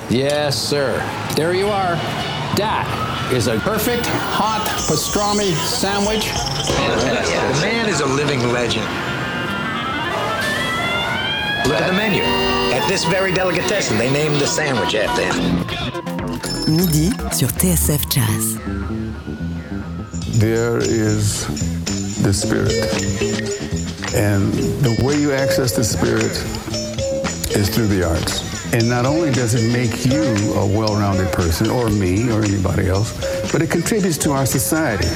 Yes, sir. There you are. That is a perfect hot pastrami sandwich. The man is a living legend. Look at the menu. At this very delicatessen, they named the sandwich after him. Midi sur TSF Jazz. There is the spirit. And the way you access the spirit is through the arts. And not only does it make you a well-rounded person, or me, or anybody else, but it contributes to our society.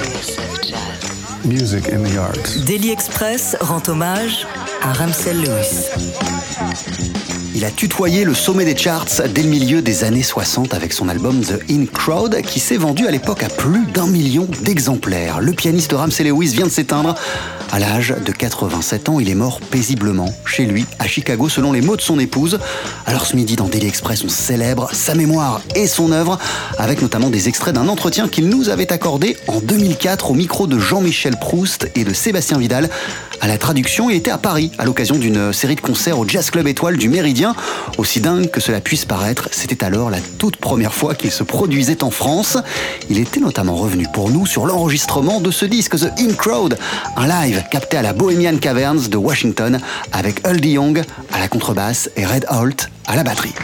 Music and the arts. Daily Express rend hommage à Ramsey Lewis. Il a tutoyé le sommet des charts dès le milieu des années 60 avec son album The In Crowd qui s'est vendu à l'époque à plus d'1 million d'exemplaires. Le pianiste Ramsey Lewis vient de s'éteindre. À l'âge de 87 ans, il est mort paisiblement chez lui à Chicago selon les mots de son épouse. Alors ce midi dans Daily Express, on célèbre sa mémoire et son œuvre avec notamment des extraits d'un entretien qu'il nous avait accordé en 2004 au micro de Jean-Michel Proust et de Sébastien Vidal. À la traduction, il était à Paris à l'occasion d'une série de concerts au Jazz Club Étoile du Méridien. Aussi dingue que cela puisse paraître, c'était alors la toute première fois qu'il se produisait en France. Il était notamment revenu pour nous sur l'enregistrement de ce disque The In Crowd, un live capté à la Bohemian Caverns de Washington avec Earl Young à la contrebasse et Red Holt à la batterie.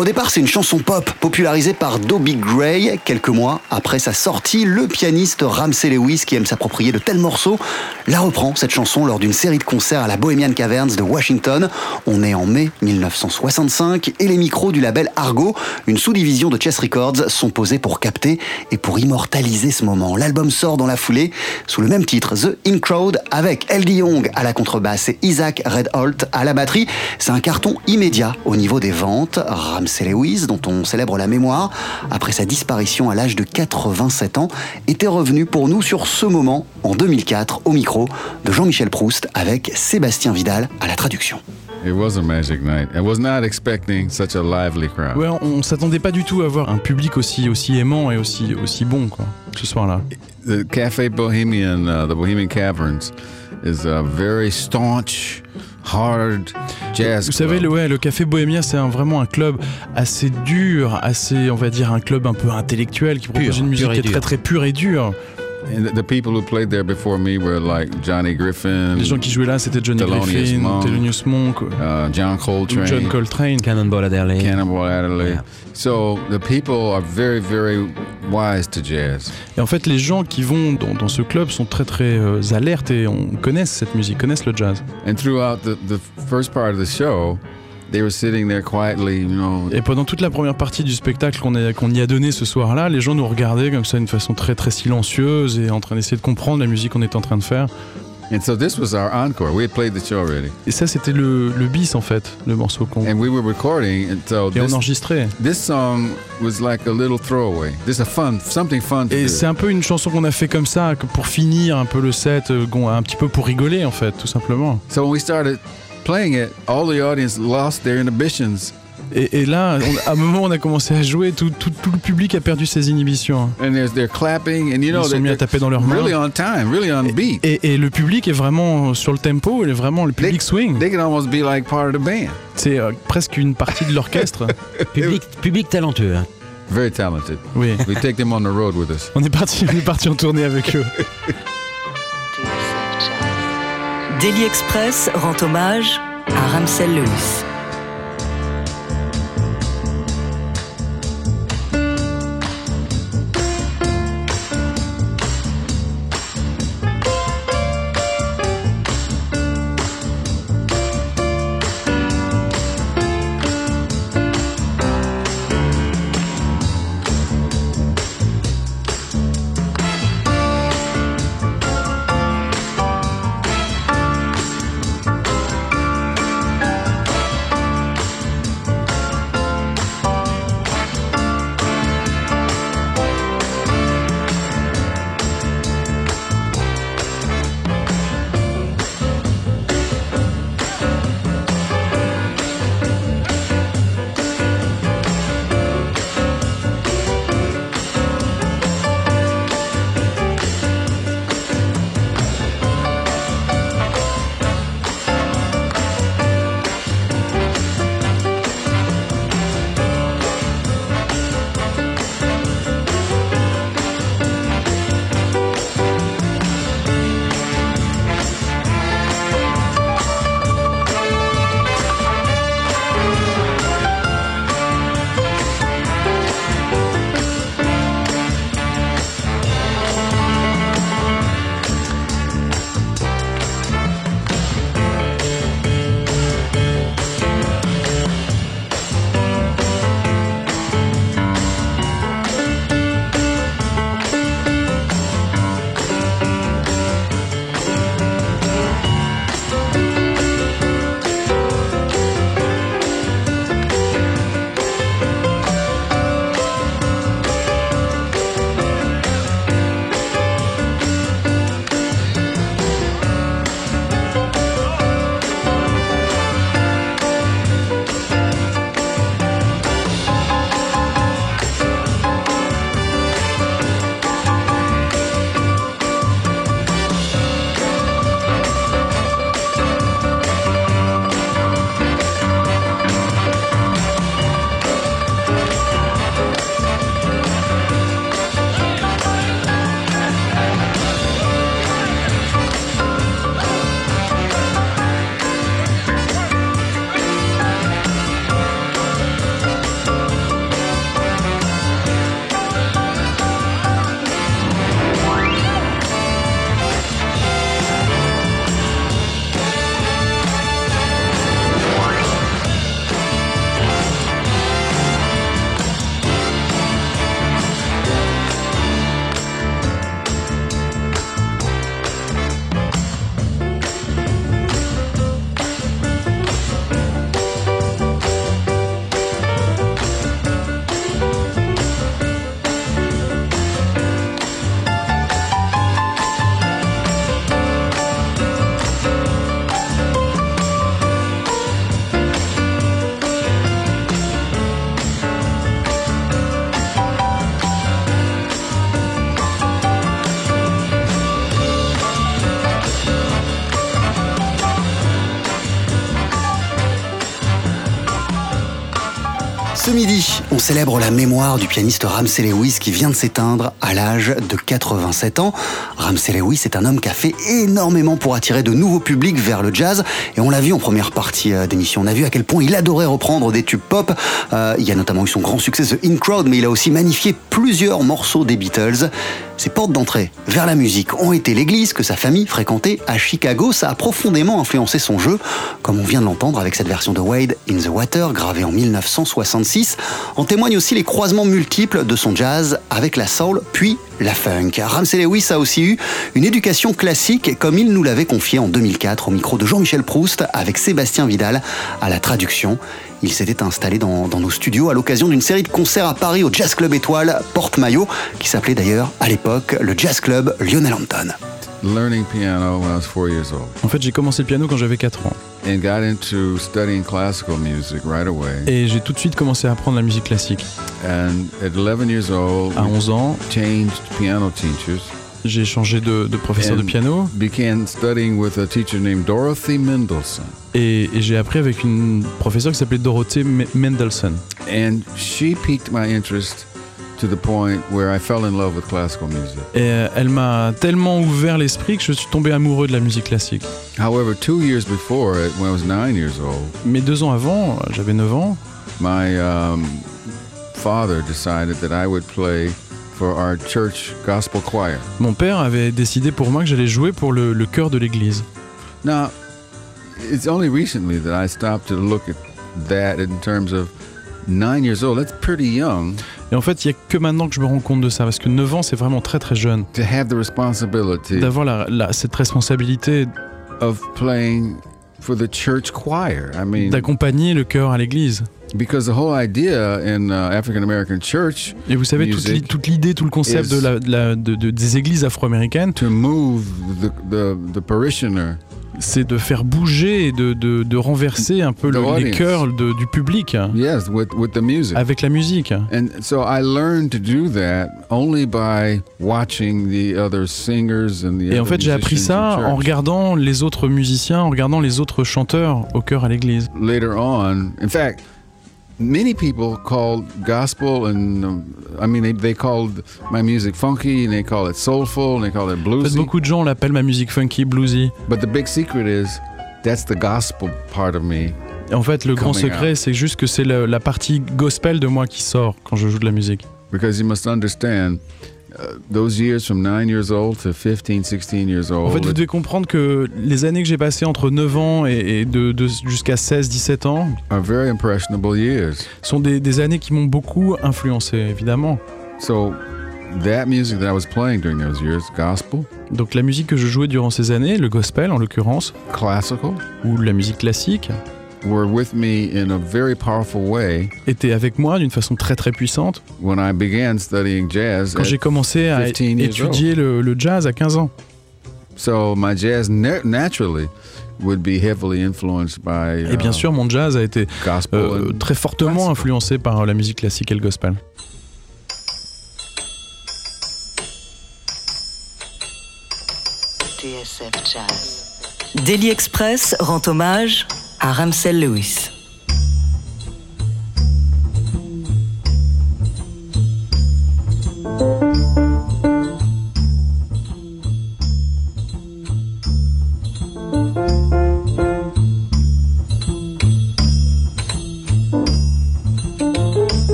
Au départ, c'est une chanson pop popularisée par Dobie Gray. Quelques mois après sa sortie, le pianiste Ramsey Lewis, qui aime s'approprier de tels morceaux, la reprend, cette chanson, lors d'une série de concerts à la Bohemian Caverns de Washington. On est en mai 1965 et les micros du label Argo, une sous-division de Chess Records, sont posés pour capter et pour immortaliser ce moment. L'album sort dans la foulée sous le même titre, The In Crowd, avec L.D. Young à la contrebasse et Isaac Redholt à la batterie. C'est un carton immédiat au niveau des ventes. Ramsey Lewis, dont on célèbre la mémoire après sa disparition à l'âge de 87 ans, était revenu pour nous sur ce moment en 2004 au micro de Jean-Michel Proust avec Sébastien Vidal à la traduction. It was a magic night. I was not expecting such a lively crowd. Ouais, on s'attendait pas du tout à avoir un public aussi aimant et aussi bon quoi, ce soir-là. The Café Bohemian, the Bohemian Caverns, is a very staunch, hard jazz club. Vous savez, le Café Bohemia, c'est vraiment un club assez dur, on va dire un club un peu intellectuel qui propose une musique qui est très très pure et dure. And the people who played there before me were like Johnny Griffin. Les gens qui jouaient là, c'était Johnny Griffin, Thelonious Monk, John Coltrane, Cannonball Adderley. Yeah. So the people are very, very wise to jazz. Et en fait, les gens qui vont dans ce club sont très très alertes et connaissent cette musique, connaissent le jazz. And throughout the first part of the show, they were sitting there quietly, you know. Et pendant toute la première partie du spectacle qu'on y a donné ce soir-là, les gens nous regardaient comme ça d'une façon très très silencieuse et en train d'essayer de comprendre la musique qu'on était en train de faire. And so this was our encore. We had played the show already. Et ça, c'était le bis en fait, le morceau qu'on. And we were recording, and so on enregistrait. This song was like a little throwaway. This is something fun to do. Et c'est un peu une chanson qu'on a fait comme ça, pour finir un peu le set, un petit peu pour rigoler en fait, tout simplement. So when we started playing it, all the audience lost their inhibitions. Et là, à un moment, on a commencé à jouer, tout le public a perdu ses inhibitions. And they're clapping, and you know, ils sont mis à taper dans leurs mains. Really on time, really on beat. Et le public est vraiment sur le tempo, le public swing. They can almost be like part of the band. C'est presque une partie de l'orchestre. public talentueux. Hein. Very talented. Oui. We take them on the road with us. On est parti en tournée avec eux. Daily Express rend hommage à Ramsey Lewis. Ce midi, on célèbre la mémoire du pianiste Ramsey Lewis qui vient de s'éteindre à l'âge de 87 ans. Ramsey Lewis est un homme qui a fait énormément pour attirer de nouveaux publics vers le jazz. Et on l'a vu en première partie d'émission. On a vu à quel point il adorait reprendre des tubes pop. Il y a notamment eu son grand succès The In Crowd, mais il a aussi magnifié plusieurs morceaux des Beatles. Ses portes d'entrée vers la musique ont été l'église que sa famille fréquentait à Chicago. Ça a profondément influencé son jeu, comme on vient de l'entendre avec cette version de Wade in the Water, gravée en 1966. En témoignent aussi les croisements multiples de son jazz avec la soul, puis la funk. Ramsey Lewis a aussi eu une éducation classique, comme il nous l'avait confié en 2004 au micro de Jean-Michel Proust avec Sébastien Vidal à la traduction. Il s'était installé dans nos studios à l'occasion d'une série de concerts à Paris au Jazz Club Étoile Porte-Maillot, qui s'appelait d'ailleurs à l'époque le Jazz Club Lionel Hampton. Learning piano when I was 4 years old. En fait, j'ai commencé le piano quand j'avais 4 ans. And got into studying classical music right away. Et j'ai tout de suite commencé à apprendre la musique classique. And at 11 years old, à 11 ans, changed piano teachers. J'ai changé de professeur de piano. Began studying with a teacher named Dorothy Mendelssohn. Et j'ai appris avec une professeure qui s'appelait Dorothée Mendelssohn. And she piqued my interest to the point where I fell in love with classical music. Et elle m'a tellement ouvert l'esprit que je suis tombé amoureux de la musique classique. However, 2 years before it, when I was 9 years old, mais 2 ans avant, j'avais 9 ans, my father decided that I would play for our church gospel choir. Mon père avait décidé pour moi que j'allais jouer pour le chœur de l'église. Now, it's only recently that I stopped to look at that in terms of 9 years old. That's pretty young. Et en fait, il n'y a que maintenant que je me rends compte de ça, parce que 9 ans, c'est vraiment très très jeune. To have the responsibility d'avoir cette responsabilité of playing for the church choir. I mean, d'accompagner le chœur à l'église. Because the whole idea in African American church. Et vous savez, toute l'idée, tout le concept des églises afro-américaines, to move the parishioner. C'est de faire bouger et de renverser un peu les cœurs du public. Yes, with the music. Avec la musique. And so I learned to do that only by watching the other singers and the Et en fait, j'ai appris ça en regardant les autres musiciens, en regardant les autres chanteurs au chœur à l'église. Later on, in fact, many people called gospel and they called my music funky and they call it soulful and they call it bluesy. En fait, beaucoup de gens l'appellent ma musique funky, bluesy. But the big secret is that's the gospel part of me. Et en fait, le grand secret, c'est juste que c'est la partie gospel de moi qui sort quand je joue de la musique. Because you must understand those years from 9 years old to 15, 16 years old. En fait, vous devez comprendre que les années que j'ai passées entre 9 ans et jusqu'à 16, 17 ans are very impressionable years. Sont des années qui m'ont beaucoup influencé, évidemment. So, that music that I was playing during those years, gospel. Donc la musique que je jouais durant ces années, le gospel en l'occurrence, classical, ou la musique classique, were with me in a very powerful way. Étaient avec moi d'une façon très très puissante. When I began studying jazz. Quand j'ai commencé à étudier le jazz à 15 ans. So my jazz naturally would be heavily influenced by. Et bien sûr, mon jazz a été très fortement influencé par la musique classique et le gospel. TSF Jazz. Daily Express rend hommage à Ramsey Lewis.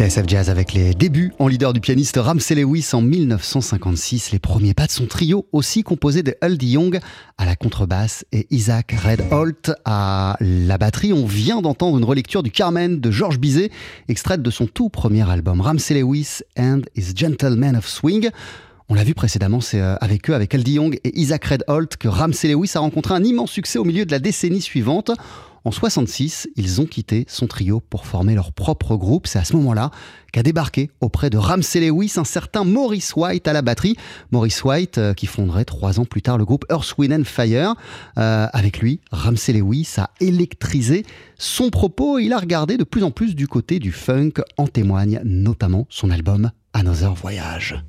TSF Jazz avec les débuts en leader du pianiste Ramsey Lewis en 1956. Les premiers pas de son trio, aussi composé de Eldie Young à la contrebasse et Isaac Red Holt à la batterie. On vient d'entendre une relecture du Carmen de Georges Bizet, extraite de son tout premier album Ramsey Lewis and His Gentlemen of Swing. On l'a vu précédemment, c'est avec eux, avec Eldie Young et Isaac Red Holt, que Ramsey Lewis a rencontré un immense succès au milieu de la décennie suivante. En 1966, ils ont quitté son trio pour former leur propre groupe. C'est à ce moment-là qu'a débarqué auprès de Ramsey Lewis un certain Maurice White à la batterie. Maurice White qui fonderait 3 ans plus tard le groupe Earth, Wind & Fire. Avec lui, Ramsey Lewis a électrisé son propos et il a regardé de plus en plus du côté du funk. En témoigne notamment son album Another Voyage.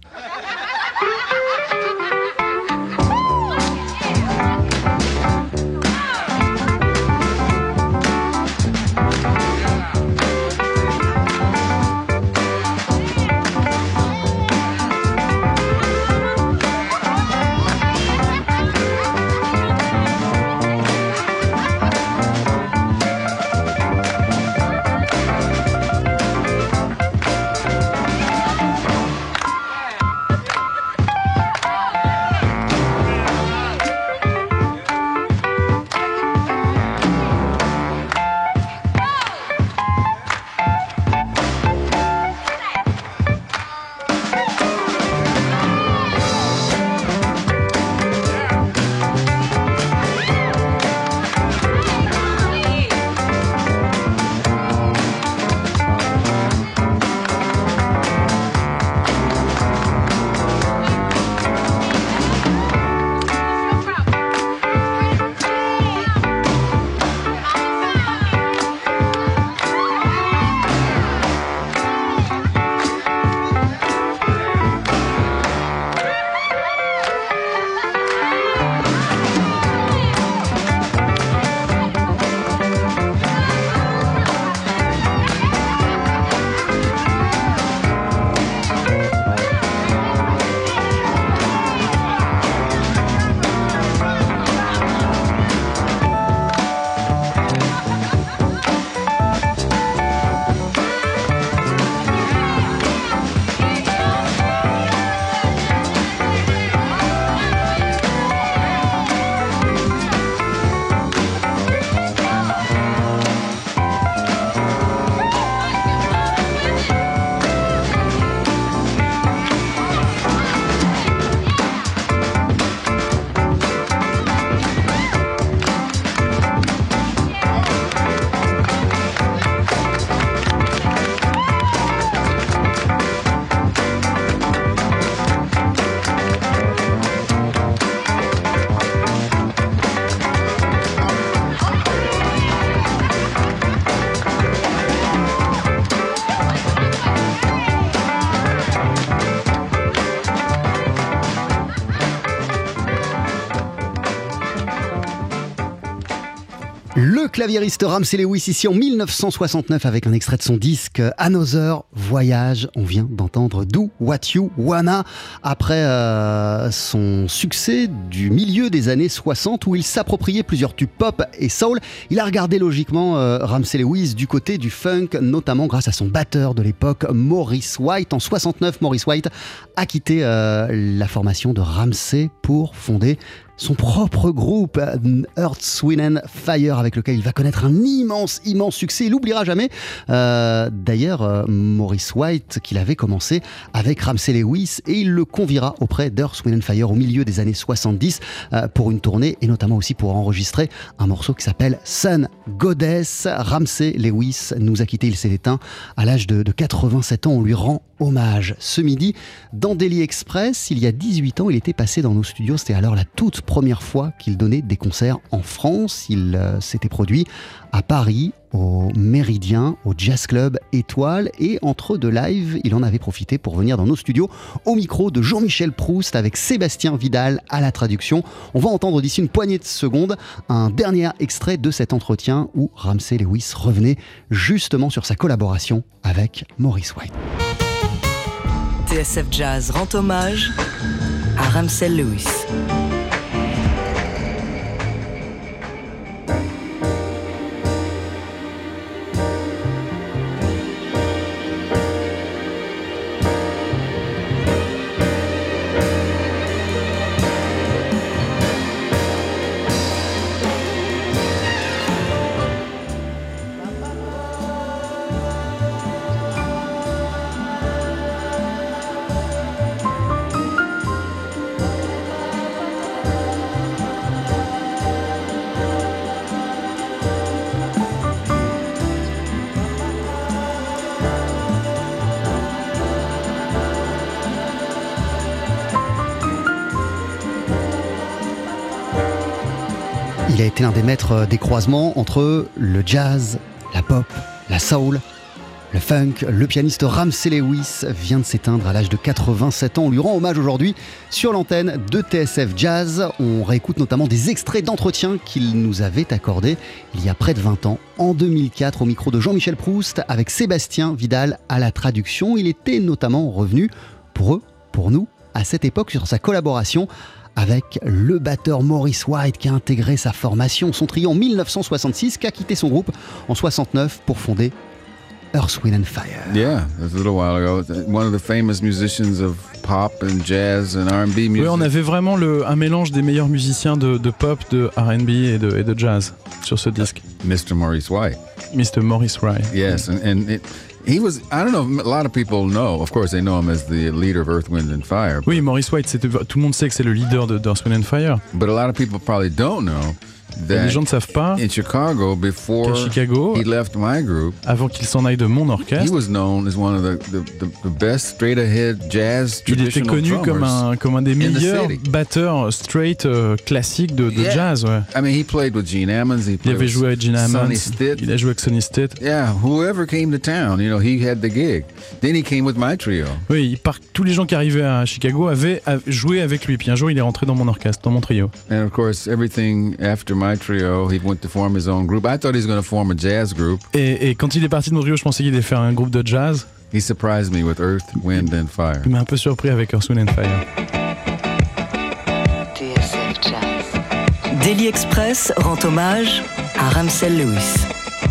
Le claviériste Ramsey Lewis ici en 1969 avec un extrait de son disque Another Voyage. On vient d'entendre Do What You Wanna après son succès du milieu des années 60 où il s'appropriait plusieurs tubes pop et soul. Il a regardé logiquement Ramsey Lewis du côté du funk, notamment grâce à son batteur de l'époque Maurice White. En 69, Maurice White a quitté la formation de Ramsey pour fonder son propre groupe, Earth, Wind & Fire, avec lequel il va connaître un immense succès. Il n'oubliera jamais, d'ailleurs, Maurice White, qu'il avait commencé avec Ramsey Lewis, et il le conviera auprès d'Earth, Wind & Fire au milieu des années 70 pour une tournée, et notamment aussi pour enregistrer un morceau qui s'appelle Sun Goddess. Ramsey Lewis nous a quittés, il s'est éteint à l'âge de 87 ans. On lui rend hommage ce midi dans Daily Express. Il y a 18 ans, il était passé dans nos studios. C'était alors la toute première fois qu'il donnait des concerts en France. Il s'était produit à Paris, au Méridien, au Jazz Club Étoile, et entre deux lives, il en avait profité pour venir dans nos studios au micro de Jean-Michel Proust avec Sébastien Vidal à la traduction. On va entendre d'ici une poignée de secondes un dernier extrait de cet entretien où Ramsey Lewis revenait justement sur sa collaboration avec Maurice White. TSF Jazz rend hommage à Ramsey Lewis. Il a été l'un des maîtres des croisements entre le jazz, la pop, la soul, le funk. Le pianiste Ramsey Lewis vient de s'éteindre à l'âge de 87 ans. On lui rend hommage aujourd'hui sur l'antenne de TSF Jazz. On réécoute notamment des extraits d'entretiens qu'il nous avait accordés il y a près de 20 ans, en 2004, au micro de Jean-Michel Proust, avec Sébastien Vidal à la traduction. Il était notamment revenu pour eux, pour nous, à cette époque, sur sa collaboration avec le batteur Maurice White qui a intégré sa formation, son trio en 1966, qui a quitté son groupe en 69 pour fonder Earth, Wind and Fire. Yeah, that's a little while ago. One of the famous musicians of pop and jazz and R&B music. Oui, on avait vraiment un mélange des meilleurs musiciens de pop, de R&B et de jazz sur ce disque. Mr. Maurice White. Mr. Maurice White. Yes, and he was, I don't know, a lot of people know, of course they know him as the leader of Earth, Wind and Fire. Oui, Maurice White, tout le monde sait que c'est le leader de Earth, Wind and Fire. But a lot of people probably don't know that les gens ne savent pas in Chicago, before Chicago, he left my group, avant qu'il s'en aille de mon orchestre, he was known as one of the best straight-ahead jazz il était connu comme un des meilleurs batteurs straight classiques de jazz. Ouais. I mean, he played with Gene Ammons. Il avait joué avec Gene Ammons. Il a joué avec Sonny Stitt. Yeah, whoever came to town, you know, he had the gig. Then he came with my trio. Oui, tous les gens qui arrivaient à Chicago avaient joué avec lui. Puis un jour, il est rentré dans mon orchestre, dans mon trio. And of course, everything after my trio, he went to form his own group. I thought he was going to form a jazz group. Et quand il est parti de mon trio, je pensais qu'il allait faire un groupe de jazz. He surprised me with Earth, Wind and Fire. Il m'a un peu surpris avec Earth, Wind and Fire. TSF Jazz. Daily Express rend hommage à Ramsey Lewis.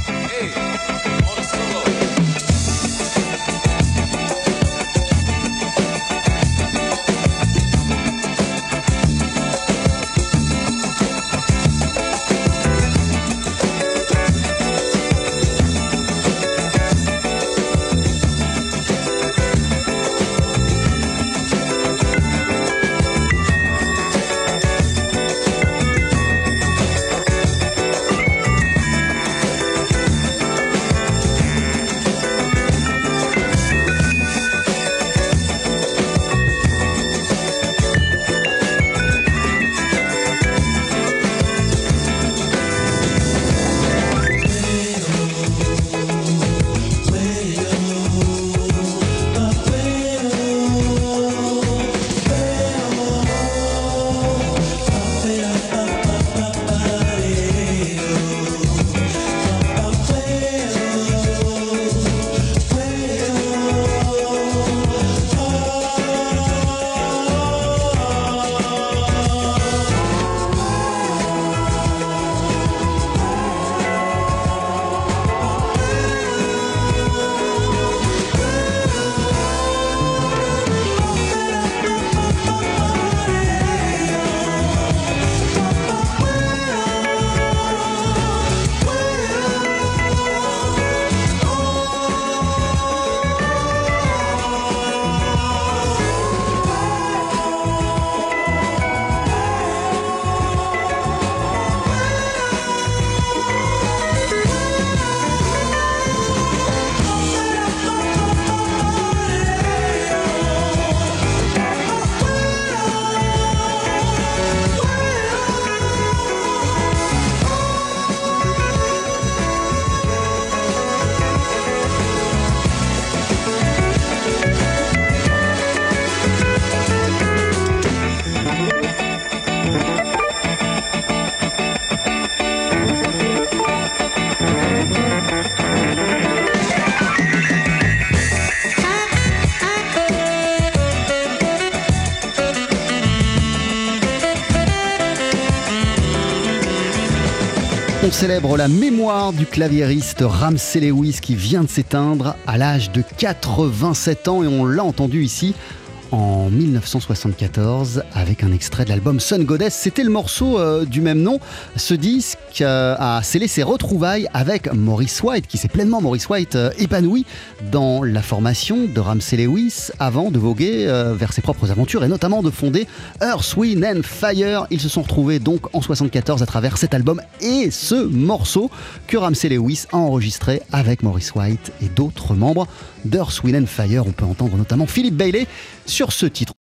On célèbre la mémoire du claviériste Ramsey Lewis qui vient de s'éteindre à l'âge de 87 ans et on l'a entendu ici en 1974 avec un extrait de l'album Sun Goddess. C'était le morceau du même nom. Ce disque a scellé ses retrouvailles avec Maurice White, qui s'est pleinement épanoui dans la formation de Ramsey Lewis avant de voguer vers ses propres aventures et notamment de fonder Earth, Wind and Fire. Ils se sont retrouvés donc en 74 à travers cet album et ce morceau que Ramsey Lewis a enregistré avec Maurice White et d'autres membres d'Earth, Wind and Fire. On peut entendre notamment Philip Bailey sur ce titre.